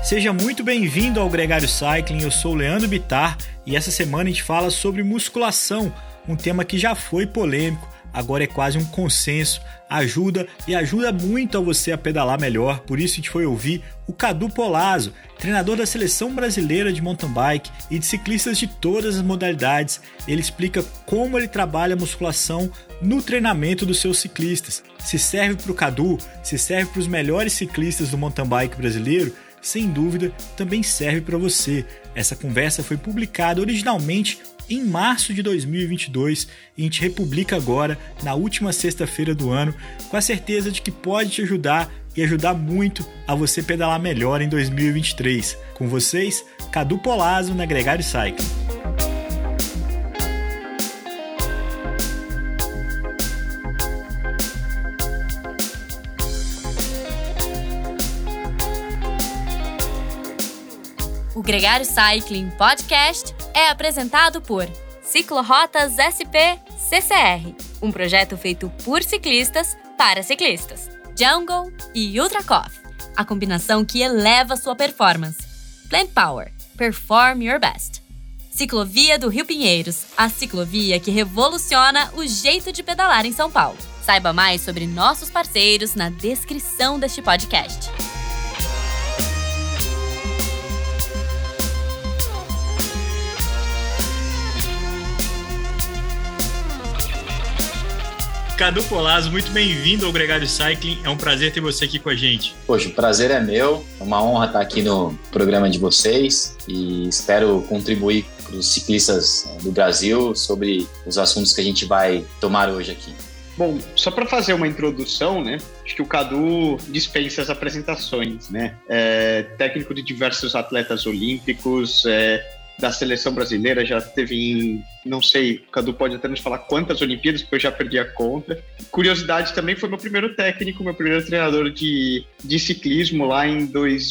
Seja muito bem-vindo ao Gregário Cycling, eu sou o Leandro Bittar e essa semana a gente fala sobre musculação, um tema que já foi polêmico, agora é quase um consenso, ajuda muito a você a pedalar melhor, por isso a gente foi ouvir o Cadu Polazzo, treinador da Seleção Brasileira de Mountain Bike e de ciclistas de todas as modalidades. Ele explica como ele trabalha a musculação no treinamento dos seus ciclistas. Se serve para o Cadu, se serve para os melhores ciclistas do mountain bike brasileiro, sem dúvida, também serve para você. Essa conversa foi publicada originalmente em março de 2022 e a gente republica agora, na última sexta-feira do ano, com a certeza de que pode te ajudar e ajudar muito a você pedalar melhor em 2023. Com vocês, Cadu Polazzo na Gregário Cycling. O Gregário Cycling Podcast é apresentado por Ciclorotas SP CCR, um projeto feito por ciclistas para ciclistas. Jungle e Ultra Coffee, a combinação que eleva sua performance. Plant Power, perform your best. Ciclovia do Rio Pinheiros, a ciclovia que revoluciona o jeito de pedalar em São Paulo. Saiba mais sobre nossos parceiros na descrição deste podcast. Cadu Polazzo, muito bem-vindo ao Gregário Cycling. É um prazer ter você aqui com a gente. Poxa, o prazer é meu. É uma honra estar aqui no programa de vocês e espero contribuir para os ciclistas do Brasil sobre os assuntos que a gente vai tomar hoje aqui. Bom, só para fazer uma introdução, né? Acho que o Cadu dispensa as apresentações, né? É técnico de diversos atletas olímpicos, da seleção brasileira, já teve em, não sei, o Cadu pode até nos falar quantas Olimpíadas, porque eu já perdi a conta. Curiosidade também, foi meu primeiro técnico, meu primeiro treinador de ciclismo lá em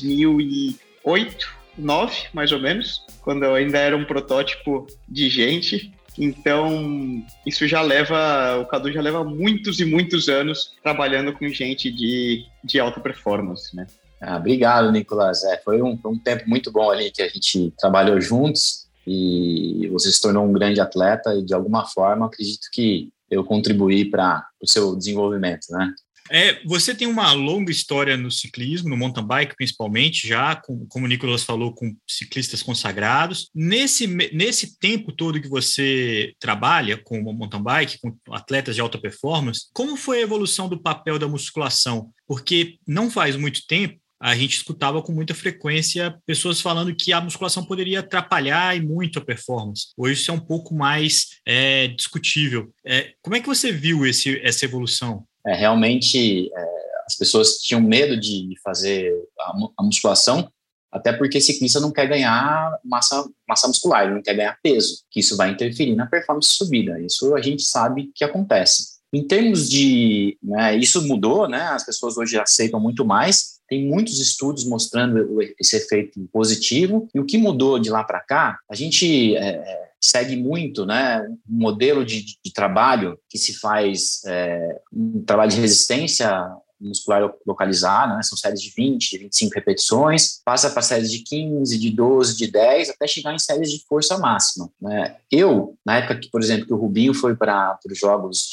2008, 2009, mais ou menos, quando eu ainda era um protótipo de gente. Então, isso o Cadu já leva muitos e muitos anos trabalhando com gente de alta performance, né? Obrigado, Nicolas. Foi um tempo muito bom ali que a gente trabalhou juntos e você se tornou um grande atleta e, de alguma forma, acredito que eu contribuí para o seu desenvolvimento, né? Você tem uma longa história no ciclismo, no mountain bike principalmente, já, como o Nicolas falou, com ciclistas consagrados. Nesse tempo todo que você trabalha com o mountain bike, com atletas de alta performance, como foi a evolução do papel da musculação? Porque não faz muito tempo, a gente escutava com muita frequência pessoas falando que a musculação poderia atrapalhar e muito a performance. Hoje isso é um pouco mais discutível. Como é que você viu essa evolução? Realmente, as pessoas tinham medo de fazer a musculação, até porque ciclista não quer ganhar massa muscular, ele não quer ganhar peso, que isso vai interferir na performance subida. Isso a gente sabe que acontece. Em termos de... isso mudou, né? As pessoas hoje aceitam muito mais. Tem muitos estudos mostrando esse efeito positivo. E o que mudou de lá para cá, a gente segue muito, né, um modelo de trabalho que se faz, um trabalho de resistência muscular localizada, né? São séries de 20, de 25 repetições, passa para séries de 15, de 12, de 10, até chegar em séries de força máxima, né? Eu, na época que, por exemplo, que o Rubinho foi para os Jogos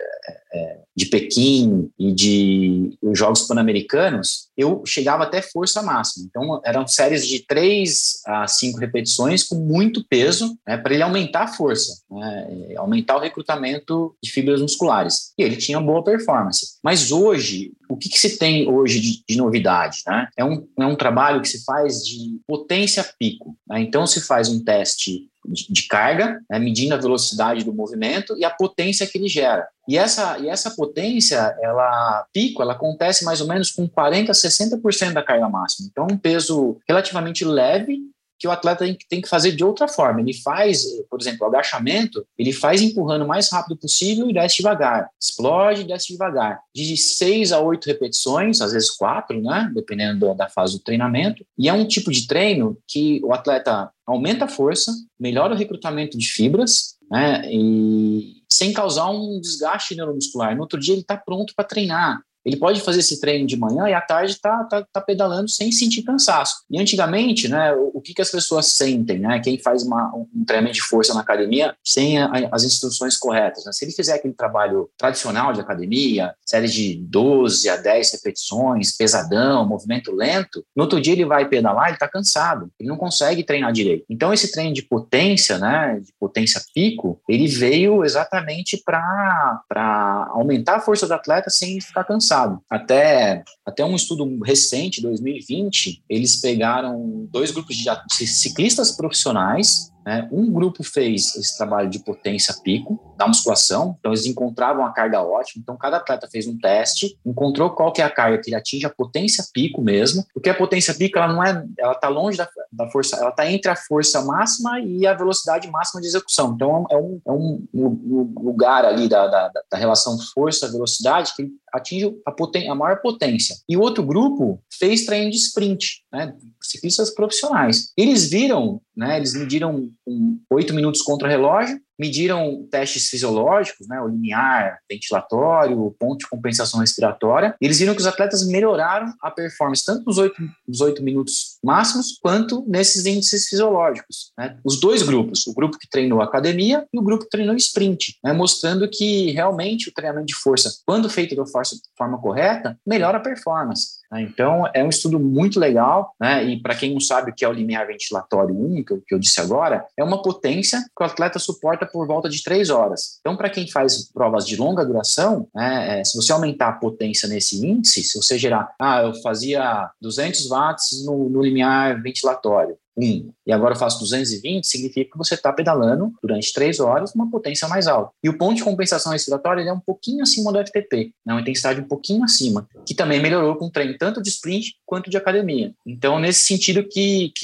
de Pequim e de os Jogos Pan-Americanos, eu chegava até força máxima. Então, eram séries de 3 a 5 repetições com muito peso, né, para ele aumentar a força, né, aumentar o recrutamento de fibras musculares. E ele tinha boa performance. Mas hoje, o que se tem hoje de novidade, né? É um trabalho que se faz de potência pico, né? Então, se faz um teste de carga, né, medindo a velocidade do movimento e a potência que ele gera. E essa potência, ela acontece mais ou menos com 40% a 60% da carga máxima. Então, um peso relativamente leve que o atleta tem que fazer de outra forma. Ele faz, por exemplo, o agachamento, ele faz empurrando o mais rápido possível e desce devagar. Explode e desce devagar. De 6 a 8 repetições, às vezes 4, né? Dependendo da fase do treinamento. E é um tipo de treino que o atleta aumenta a força, melhora o recrutamento de fibras, né? E sem causar um desgaste neuromuscular. No outro dia ele está pronto para treinar. ele pode fazer esse treino de manhã e à tarde tá pedalando sem sentir cansaço. E antigamente, né, o que as pessoas sentem, né, quem faz um treinamento de força na academia sem as instruções corretas, né? Se ele fizer aquele trabalho tradicional de academia, série de 12 a 10 repetições, pesadão, movimento lento, no outro dia ele vai pedalar, ele está cansado, ele não consegue treinar direito. Então esse treino de potência, né, de potência pico, ele veio exatamente para aumentar a força do atleta sem ficar cansado. Até um estudo recente, 2020, eles pegaram 2 grupos de ciclistas profissionais, né? Um grupo fez esse trabalho de potência pico da musculação, então eles encontravam a carga ótima, então cada atleta fez um teste, encontrou qual que é a carga que ele atinge a potência pico mesmo, porque a potência pico ela está longe da força, ela está entre a força máxima e a velocidade máxima de execução, então é um lugar ali da relação força-velocidade que atinge a maior potência. E o outro grupo fez treino de sprint, né, ciclistas profissionais. Eles viram, né, eles mediram 8 minutos contra relógio, mediram testes fisiológicos, né, o limiar, ventilatório, o ponto de compensação respiratória. Eles viram que os atletas melhoraram a performance tanto nos 8 minutos máximos quanto nesses índices fisiológicos, né? Os 2 grupos, o grupo que treinou academia e o grupo que treinou sprint, né, mostrando que realmente o treinamento de força, quando feito da forma correta, melhora a performance. Então, é um estudo muito legal, né? E para quem não sabe o que é o limiar ventilatório 1, que eu disse agora, é uma potência que o atleta suporta por volta de 3 horas. Então, para quem faz provas de longa duração, né, se você aumentar a potência nesse índice, se você gerar, eu fazia 200 watts no limiar ventilatório, e agora eu faço 220, significa que você está pedalando durante 3 horas uma potência mais alta. E o ponto de compensação respiratória ele é um pouquinho acima do FTP, né, uma intensidade um pouquinho acima, que também melhorou com o treino tanto de sprint quanto de academia. Então, nesse sentido que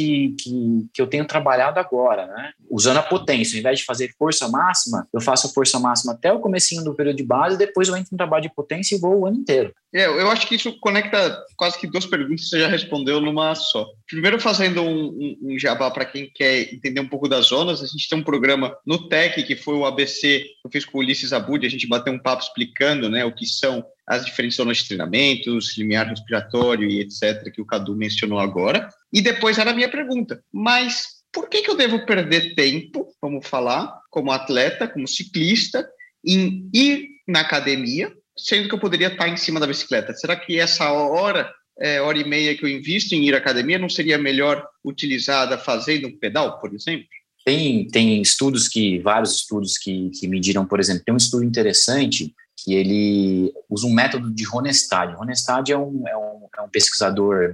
eu tenho trabalhado agora, né, usando a potência, ao invés de fazer força máxima, eu faço a força máxima até o comecinho do período de base, depois eu entro no trabalho de potência e vou o ano inteiro. Eu acho que isso conecta quase que 2 perguntas que você já respondeu numa só. Primeiro, fazendo um jabá para quem quer entender um pouco das zonas, a gente tem um programa no TEC, que foi o ABC, que eu fiz com o Ulisses Abud, a gente bateu um papo explicando, né, o que são as diferentes zonas de treinamentos, limiar respiratório e etc., que o Cadu mencionou agora. E depois era a minha pergunta, mas por que eu devo perder tempo, vamos falar, como atleta, como ciclista, em ir na academia, sendo que eu poderia estar em cima da bicicleta? Será que essa hora e meia que eu invisto em ir à academia não seria melhor utilizada fazendo um pedal, por exemplo? Tem vários estudos que mediram, por exemplo, tem um estudo interessante que ele usa um método de Ronestad. Ronestad é um pesquisador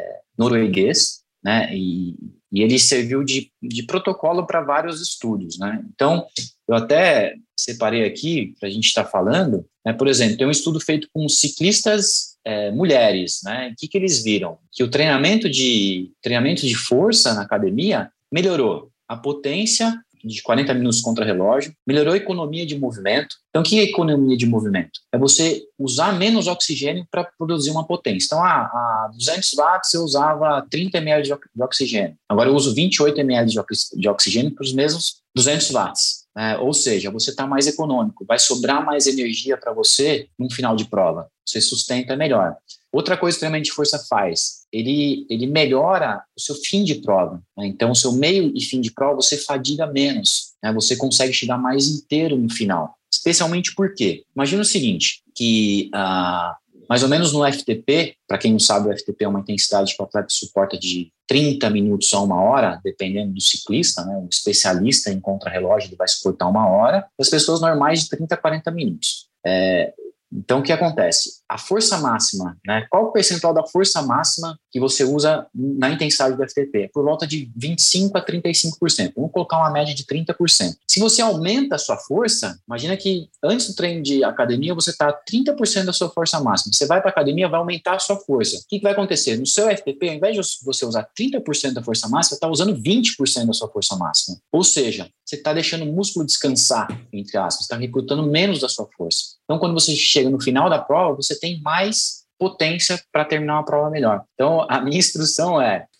norueguês, né, e ele serviu de protocolo para vários estudos, né? Então, eu até separei aqui para a gente estar falando, né, por exemplo, tem um estudo feito com ciclistas mulheres, né? O que eles viram? Que o treinamento de força na academia melhorou a potência de 40 minutos contra relógio, melhorou a economia de movimento. Então, o que é economia de movimento? É você usar menos oxigênio para produzir uma potência. Então, a 200 watts eu usava 30 ml de oxigênio. Agora eu uso 28 ml de oxigênio para os mesmos 200 watts. Ou seja, você está mais econômico, vai sobrar mais energia para você no final de prova. Você sustenta melhor. Outra coisa que o treinamento de força faz, ele melhora o seu fim de prova, né? Então, o seu meio e fim de prova, você fadiga menos, né? Você consegue chegar mais inteiro no final. Especialmente porque, imagina o seguinte, que mais ou menos no FTP, para quem não sabe, o FTP é uma intensidade que o atleta suporta de 30 minutos a 1 hora, dependendo do ciclista, né? Um especialista em contrarrelógio ele vai suportar 1 hora, as pessoas normais de 30 a 40 minutos. Então, o que acontece? A força máxima, né? Qual o percentual da força máxima que você usa na intensidade do FTP? Por volta de 25% a 35%. Vamos colocar uma média de 30%. Se você aumenta a sua força, imagina que antes do treino de academia você está a 30% da sua força máxima. Você vai para a academia, vai aumentar a sua força. O que vai acontecer? No seu FTP, ao invés de você usar 30% da força máxima, você está usando 20% da sua força máxima. Ou seja, você está deixando o músculo descansar, entre aspas, está recrutando menos da sua força. Então, quando você chega no final da prova, você tem mais potência para terminar uma prova melhor. Então, a minha instrução é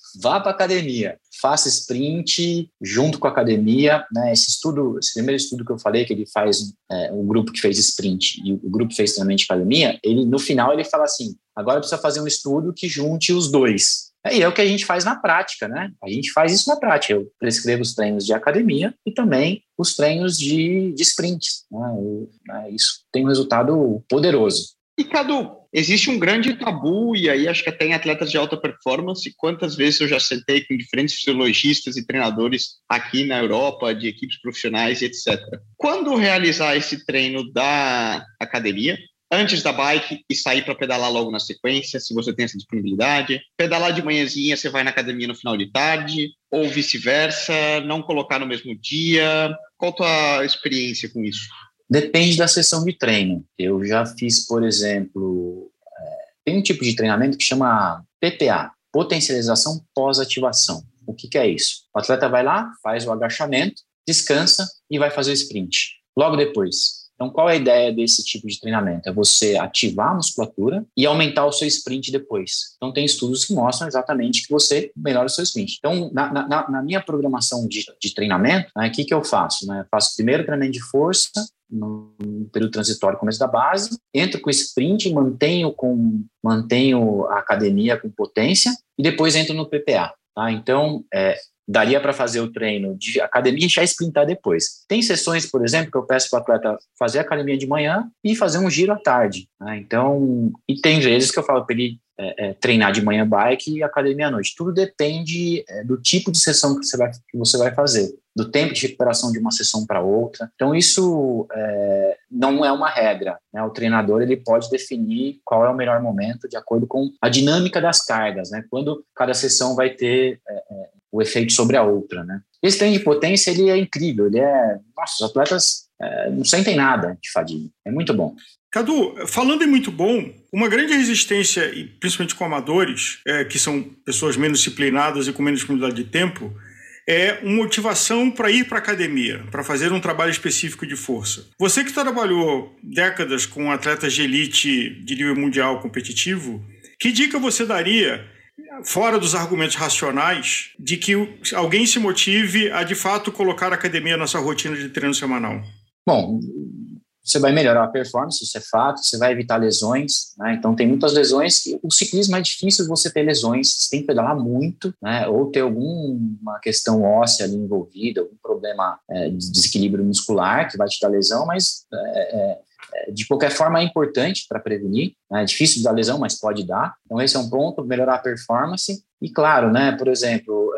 vá para a academia, faça sprint junto com a academia, né? Esse primeiro estudo que eu falei, que ele faz o grupo que fez sprint e o grupo que fez treinamento de academia, ele no final ele fala assim, agora precisa fazer um estudo que junte os dois. E é o que a gente faz na prática, né? A gente faz isso na prática. Eu prescrevo os treinos de academia e também os treinos de sprints, né? Isso tem um resultado poderoso. E, Cadu, existe um grande tabu, e aí acho que até em atletas de alta performance, quantas vezes eu já sentei com diferentes fisiologistas e treinadores aqui na Europa, de equipes profissionais e etc. Quando realizar esse treino da academia, antes da bike e sair para pedalar logo na sequência, se você tem essa disponibilidade, pedalar de manhãzinha, você vai na academia no final de tarde, ou vice-versa, não colocar no mesmo dia, qual a tua experiência com isso? Depende da sessão de treino. Eu já fiz, por exemplo, tem um tipo de treinamento que chama PPA, potencialização pós-ativação. O que é isso? O atleta vai lá, faz o agachamento, descansa e vai fazer o sprint. Logo depois. Então, qual é a ideia desse tipo de treinamento? É você ativar a musculatura e aumentar o seu sprint depois. Então, tem estudos que mostram exatamente que você melhora o seu sprint. Então, na minha programação de treinamento, o que eu faço? Eu faço primeiro treinamento de força, no período transitório, começo da base, entro com sprint, mantenho a academia com potência e depois entro no PPA. Tá? Então, daria para fazer o treino de academia e já sprintar depois. Tem sessões, por exemplo, que eu peço para o atleta fazer academia de manhã e fazer um giro à tarde. Né? Então, e tem vezes que eu falo para ele treinar de manhã bike e academia à noite. Tudo depende do tipo de sessão que você vai fazer, do tempo de recuperação de uma sessão para outra. Então, isso não é uma regra. Né? O treinador ele pode definir qual é o melhor momento de acordo com a dinâmica das cargas, né? Quando cada sessão vai ter o efeito sobre a outra. Né? Esse treino de potência ele é incrível. Os atletas não sentem nada de fadiga. É muito bom. Cadu, falando em muito bom, uma grande resistência, e principalmente com amadores, que são pessoas menos disciplinadas e com menos disponibilidade de tempo, é uma motivação para ir para a academia, para fazer um trabalho específico de força. Você que trabalhou décadas com atletas de elite de nível mundial competitivo, que dica você daria, fora dos argumentos racionais, de que alguém se motive a de fato colocar a academia na sua rotina de treino semanal? Bom, você vai melhorar a performance, isso é fato, você vai evitar lesões, né? Então tem muitas lesões, que o ciclismo é difícil você ter lesões, você tem que pedalar muito, né? Ou ter alguma questão óssea ali envolvida, algum problema de desequilíbrio muscular que vai te dar lesão, mas de qualquer forma é importante para prevenir, né? É difícil dar lesão, mas pode dar, então esse é um ponto, melhorar a performance. E claro, né, por exemplo,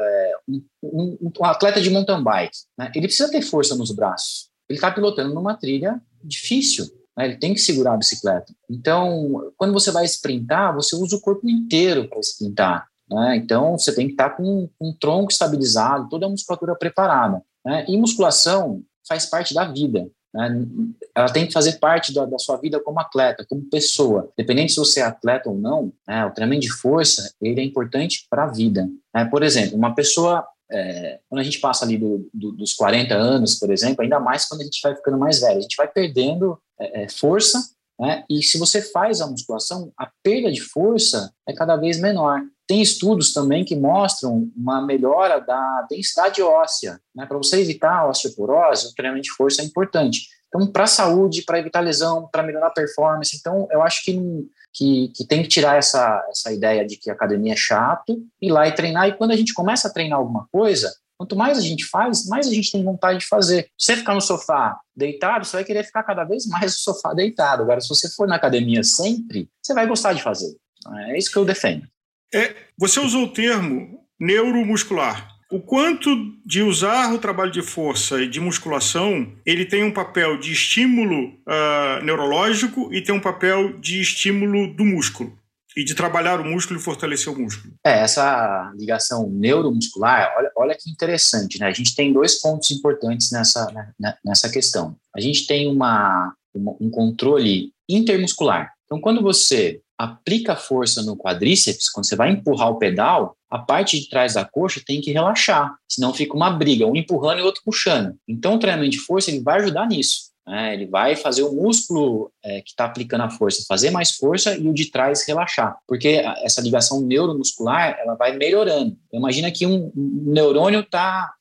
um atleta de mountain bike, né, ele precisa ter força nos braços. Ele está pilotando numa trilha difícil, né? Ele tem que segurar a bicicleta. Então, quando você vai sprintar, você usa o corpo inteiro para sprintar. Né? Então, você tem que estar com um tronco estabilizado, toda a musculatura preparada. Né? E musculação faz parte da vida. Né? Ela tem que fazer parte da sua vida como atleta, como pessoa. Dependendo se você é atleta ou não, né? O treinamento de força ele é importante para a vida. Né? Por exemplo, uma pessoa... quando a gente passa ali dos 40 anos, por exemplo, ainda mais quando a gente vai ficando mais velho, a gente vai perdendo força, né? E se você faz a musculação, a perda de força é cada vez menor. Tem estudos também que mostram uma melhora da densidade óssea. Né? Para você evitar a osteoporose, o treinamento de força é importante. Então, para a saúde, para evitar lesão, para melhorar a performance, então eu acho que tem que tirar essa ideia de que a academia é chato, ir lá e treinar, e quando a gente começa a treinar alguma coisa, quanto mais a gente faz, mais a gente tem vontade de fazer. Se você ficar no sofá deitado, você vai querer ficar cada vez mais no sofá deitado. Agora, se você for na academia sempre, você vai gostar de fazer. É isso que eu defendo. Você usou o termo neuromuscular. O quanto de usar o trabalho de força e de musculação, ele tem um papel de estímulo neurológico e tem um papel de estímulo do músculo, e de trabalhar o músculo e fortalecer o músculo. Essa ligação neuromuscular, olha que interessante, né? A gente tem dois pontos importantes nessa questão. A gente tem um controle intermuscular. Então, quando você aplica força no quadríceps, quando você vai empurrar o pedal, a parte de trás da coxa tem que relaxar, senão fica uma briga, um empurrando e o outro puxando. Então, o treinamento de força ele vai ajudar nisso. né? Ele vai fazer o músculo que está aplicando a força fazer mais força e o de trás relaxar, porque essa ligação neuromuscular ela vai melhorando. Imagina que um neurônio está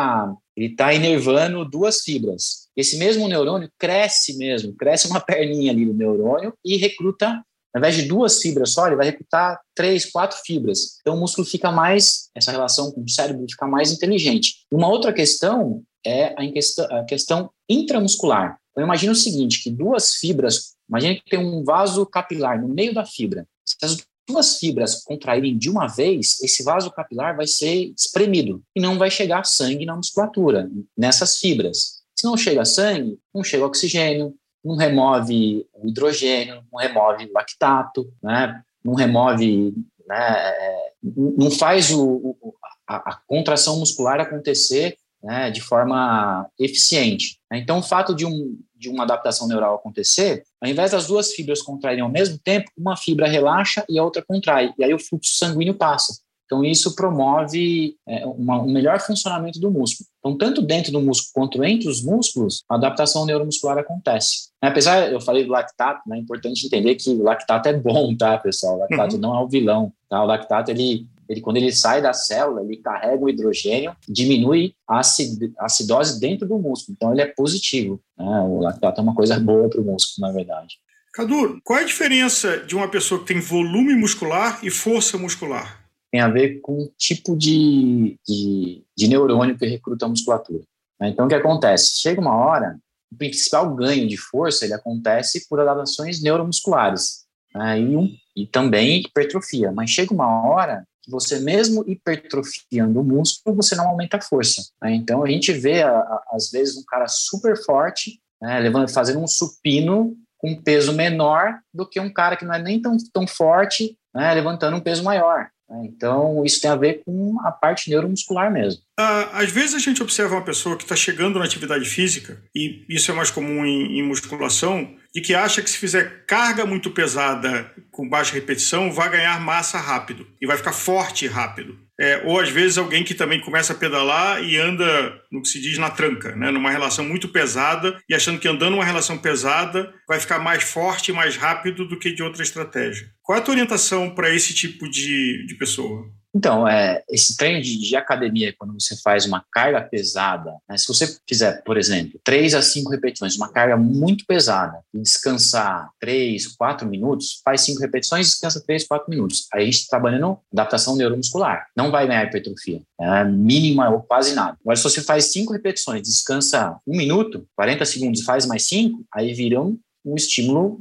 inervando duas fibras. Esse mesmo neurônio cresce uma perninha ali do neurônio e recruta. Ao invés de duas fibras só, ele vai recrutar 3, 4 fibras. Então, o músculo fica mais, essa relação com o cérebro fica mais inteligente. Uma outra questão é a questão intramuscular. Então, imagina o seguinte, que duas fibras, imagina que tem um vaso capilar no meio da fibra. Se as duas fibras contraírem de uma vez, esse vaso capilar vai ser espremido e não vai chegar sangue na musculatura, nessas fibras. Se não chega sangue, não chega oxigênio, não remove o hidrogênio, não remove o lactato, né? Não remove, né? Não faz a contração muscular acontecer, né, de forma eficiente. Então, o fato de uma adaptação neural acontecer, ao invés das duas fibras contraírem ao mesmo tempo, uma fibra relaxa e a outra contrai, e aí o fluxo sanguíneo passa. Então, isso promove um melhor funcionamento do músculo. Então, tanto dentro do músculo quanto entre os músculos, a adaptação neuromuscular acontece. Apesar, eu falei do lactato, né, é importante entender que o lactato é bom, tá, pessoal? O lactato não é o vilão, tá? O lactato, ele quando ele sai da célula, ele carrega o hidrogênio, diminui a acidose dentro do músculo. Então, ele é positivo, né? O lactato é uma coisa boa para o músculo, na verdade. Cadu, qual é a diferença de uma pessoa que tem volume muscular e força muscular? Tem a ver com o tipo de neurônio que recruta a musculatura. Então, o que acontece? Chega uma hora, o principal ganho de força ele acontece por adaptações neuromusculares, né? E também hipertrofia. Mas chega uma hora que você mesmo hipertrofiando o músculo, você não aumenta a força, né? Então, a gente vê, às vezes, um cara super forte, né, fazendo um supino com peso menor do que um cara que não é nem tão forte, né, levantando um peso maior. Então, isso tem a ver com a parte neuromuscular mesmo. Às vezes a gente observa uma pessoa que está chegando na atividade física, e isso é mais comum em musculação, de que acha que se fizer carga muito pesada com baixa repetição, vai ganhar massa rápido e vai ficar forte rápido. Ou às vezes alguém que também começa a pedalar e anda no que se diz na tranca, né? Numa relação muito pesada, e achando que andando uma relação pesada vai ficar mais forte e mais rápido do que de outra estratégia. Qual é a tua orientação para esse tipo de pessoa? Então, esse treino de academia, quando você faz uma carga pesada, né, se você fizer, por exemplo, 3 a 5 repetições, uma carga muito pesada, e descansar 3, 4 minutos, faz 5 repetições e descansa 3, 4 minutos. Aí a gente está trabalhando adaptação neuromuscular. Não vai ganhar hipertrofia, mínima ou quase nada. Agora, se você faz 5 repetições, descansa 1 minuto, 40 segundos e faz mais 5, aí vira um estímulo,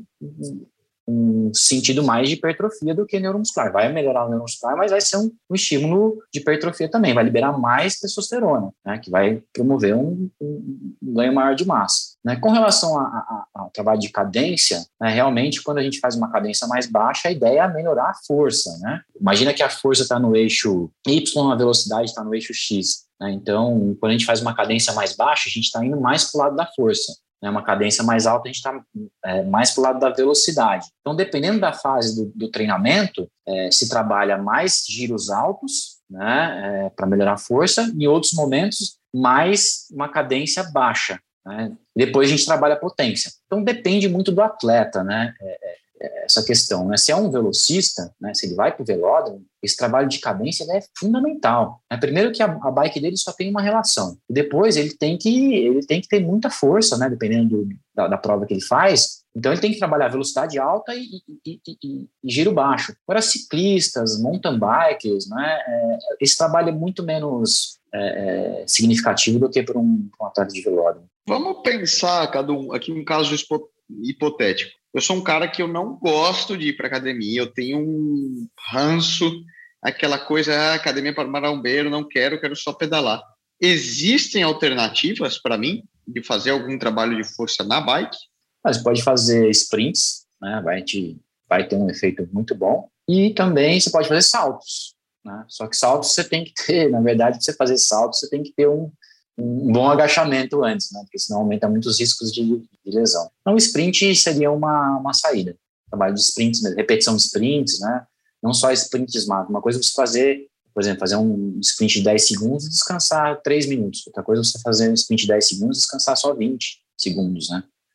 um sentido mais de hipertrofia do que neuromuscular. Vai melhorar o neuromuscular, mas vai ser um estímulo de hipertrofia também. Vai liberar mais testosterona, né, que vai promover um ganho maior de massa. Né? Com relação ao trabalho de cadência, né, realmente, quando a gente faz uma cadência mais baixa, a ideia é melhorar a força. Né? Imagina que a força está no eixo Y, a velocidade está no eixo X. Né? Então, quando a gente faz uma cadência mais baixa, a gente está indo mais para o lado da força. Uma cadência mais alta, a gente está mais para o lado da velocidade. Então, dependendo da fase do treinamento, se trabalha mais giros altos, né, para melhorar a força, em outros momentos, mais uma cadência baixa. Né? Depois a gente trabalha a potência. Então, depende muito do atleta, né, essa questão. Né? Se é um velocista, né, se ele vai para o velódromo, esse trabalho de cadência é fundamental. Primeiro que a bike dele só tem uma relação. E depois ele tem que ter muita força, né, dependendo da prova que ele faz. Então ele tem que trabalhar velocidade alta e giro baixo. Agora, ciclistas, mountain bikers, né, esse trabalho é muito menos significativo do que para um atleta de velódromo. Vamos pensar, Cadu, aqui um caso hipotético. Eu sou um cara que eu não gosto de ir para academia, eu tenho um ranço, aquela coisa, academia para marombeiro, não quero só pedalar. Existem alternativas para mim de fazer algum trabalho de força na bike? Você pode fazer sprints, né? Vai ter um efeito muito bom. E também você pode fazer saltos, né? Só que saltos você tem que ter, na verdade, para você fazer saltos, você tem que ter um bom agachamento antes, né? Porque senão aumenta muitos riscos de lesão. Então, o sprint seria uma saída. Trabalho de sprints, repetição de sprints, né? Não só sprints, uma coisa é você fazer, por exemplo, fazer um sprint de 10 segundos e descansar 3 minutos. Outra coisa é você fazer um sprint de 10 segundos e descansar só 20 segundos, né?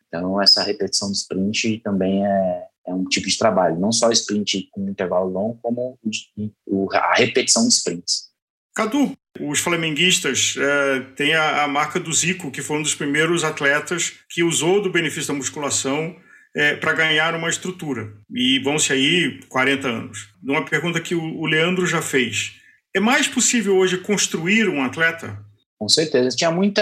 Então, essa repetição de sprint também é um tipo de trabalho, não só sprint com intervalo longo, como a repetição de sprints. Cadu, os flamenguistas têm a marca do Zico, que foi um dos primeiros atletas que usou do benefício da musculação para ganhar uma estrutura. E vão-se aí 40 anos. Uma pergunta que o Leandro já fez. É mais possível hoje construir um atleta? Com certeza. Tinha muitos,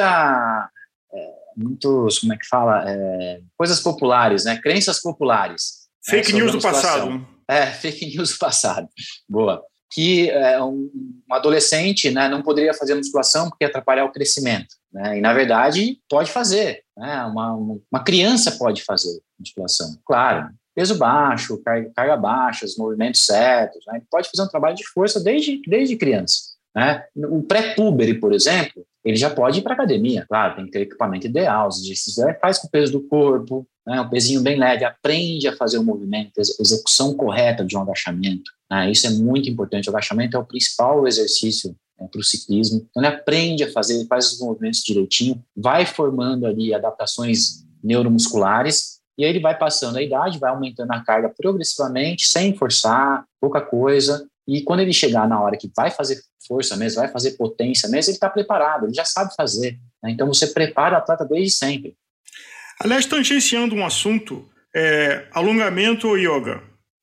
como é que fala? Coisas populares, né? Crenças populares. Fake news do passado. Fake news do passado. Boa. Que um adolescente, né, não poderia fazer musculação porque ia atrapalhar o crescimento, né? E, na verdade, pode fazer, né? Uma criança pode fazer musculação. Claro, peso baixo, carga baixa, os movimentos certos, né? Pode fazer um trabalho de força desde criança, né? O pré-puber, por exemplo, ele já pode ir para academia. Claro, tem que ter equipamento ideal, os exercícios faz com o peso do corpo, né? Um pezinho bem leve, aprende a fazer o movimento, execução correta de um agachamento. Isso é muito importante. O agachamento é o principal exercício para o ciclismo. Então, ele aprende a fazer, ele faz os movimentos direitinho, vai formando ali adaptações neuromusculares, e aí ele vai passando a idade, vai aumentando a carga progressivamente, sem forçar, pouca coisa. E quando ele chegar na hora que vai fazer força mesmo, vai fazer potência mesmo, ele está preparado, ele já sabe fazer, né? Então, você prepara o atleta desde sempre. Aliás, tangenciando um assunto, alongamento ou yoga?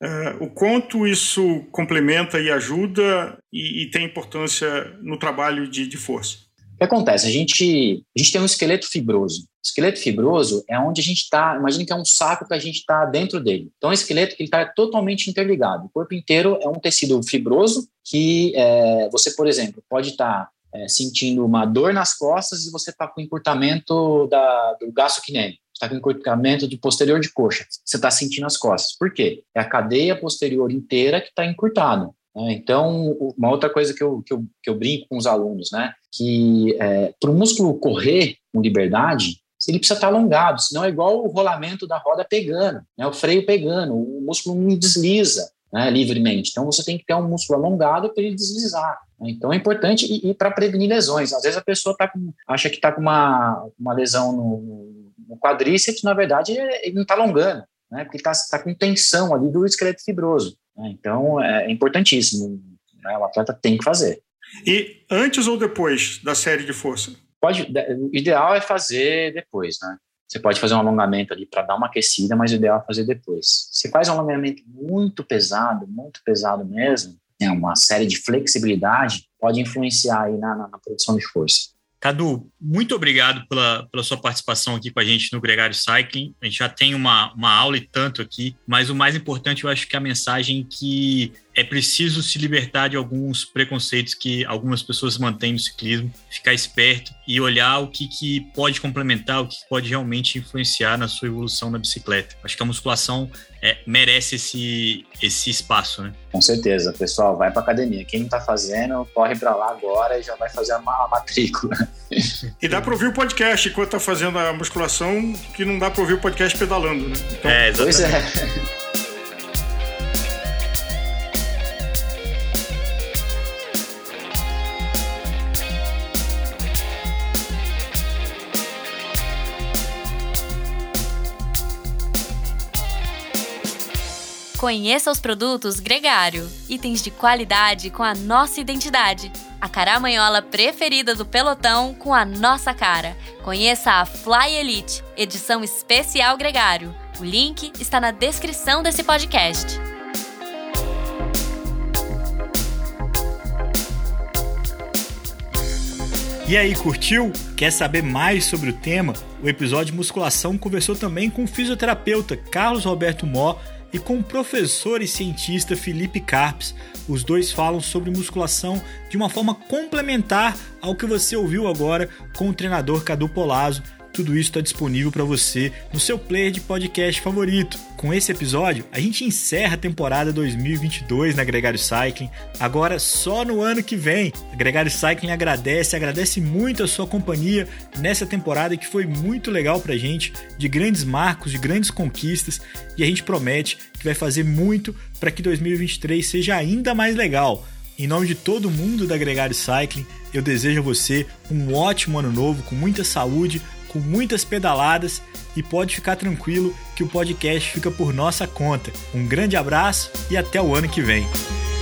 O quanto isso complementa e ajuda e tem importância no trabalho de força? O que acontece? A gente tem um esqueleto fibroso. O esqueleto fibroso é onde a gente está, imagina que é um saco que a gente está dentro dele. Então, é um esqueleto que está totalmente interligado. O corpo inteiro é um tecido fibroso que você, por exemplo, pode estar sentindo uma dor nas costas e você está com encurtamento do gastrocnêmio. Está com encurtamento de posterior de coxa. Você está sentindo as costas. Por quê? É a cadeia posterior inteira que está encurtada. Então, uma outra coisa que eu brinco com os alunos, né? Que para o músculo correr com liberdade, ele precisa estar alongado, senão é igual o rolamento da roda pegando, né? O freio pegando, o músculo não desliza, né, livremente. Então, você tem que ter um músculo alongado para ele deslizar. Então, é importante e para prevenir lesões. Às vezes, a pessoa acha que está com uma lesão no quadríceps, na verdade, ele não está alongando, né? Porque está com tensão ali do esqueleto fibroso, né? Então, é importantíssimo, né? O atleta tem que fazer. E antes ou depois da série de força? O ideal é fazer depois, né? Você pode fazer um alongamento ali para dar uma aquecida, mas o ideal é fazer depois. Se faz um alongamento muito pesado mesmo, né, uma série de flexibilidade, pode influenciar aí na produção de força. Cadu, muito obrigado pela sua participação aqui com a gente no Gregário Cycling. A gente já tem uma aula e tanto aqui, mas o mais importante eu acho que é a mensagem que é preciso se libertar de alguns preconceitos que algumas pessoas mantêm no ciclismo, ficar esperto e olhar o que pode complementar, o que pode realmente influenciar na sua evolução na bicicleta. Acho que a musculação merece esse espaço, né? Com certeza, pessoal, vai para academia. Quem não está fazendo, corre para lá agora e já vai fazer a matrícula. E dá para ouvir o podcast enquanto está fazendo a musculação, que não dá para ouvir o podcast pedalando, né? Então, exatamente. Pois é. Conheça os produtos Gregário, itens de qualidade com a nossa identidade. A caramanhola preferida do pelotão com a nossa cara. Conheça a Fly Elite, edição especial Gregário. O link está na descrição desse podcast. E aí, curtiu? Quer saber mais sobre o tema? O episódio de musculação conversou também com o fisioterapeuta Carlos Roberto Mó e com o professor e cientista Felipe Carpes. Os dois falam sobre musculação de uma forma complementar ao que você ouviu agora com o treinador Cadu Polazzo. Tudo isso está disponível para você no seu player de podcast favorito. Com esse episódio, a gente encerra a temporada 2022 na Gregário Cycling, agora só no ano que vem. A Gregário Cycling agradece muito a sua companhia nessa temporada que foi muito legal pra gente, de grandes marcos, de grandes conquistas, e a gente promete que vai fazer muito para que 2023 seja ainda mais legal. Em nome de todo mundo da Gregário Cycling, eu desejo a você um ótimo ano novo, com muita saúde, com muitas pedaladas e pode ficar tranquilo que o podcast fica por nossa conta. Um grande abraço e até o ano que vem.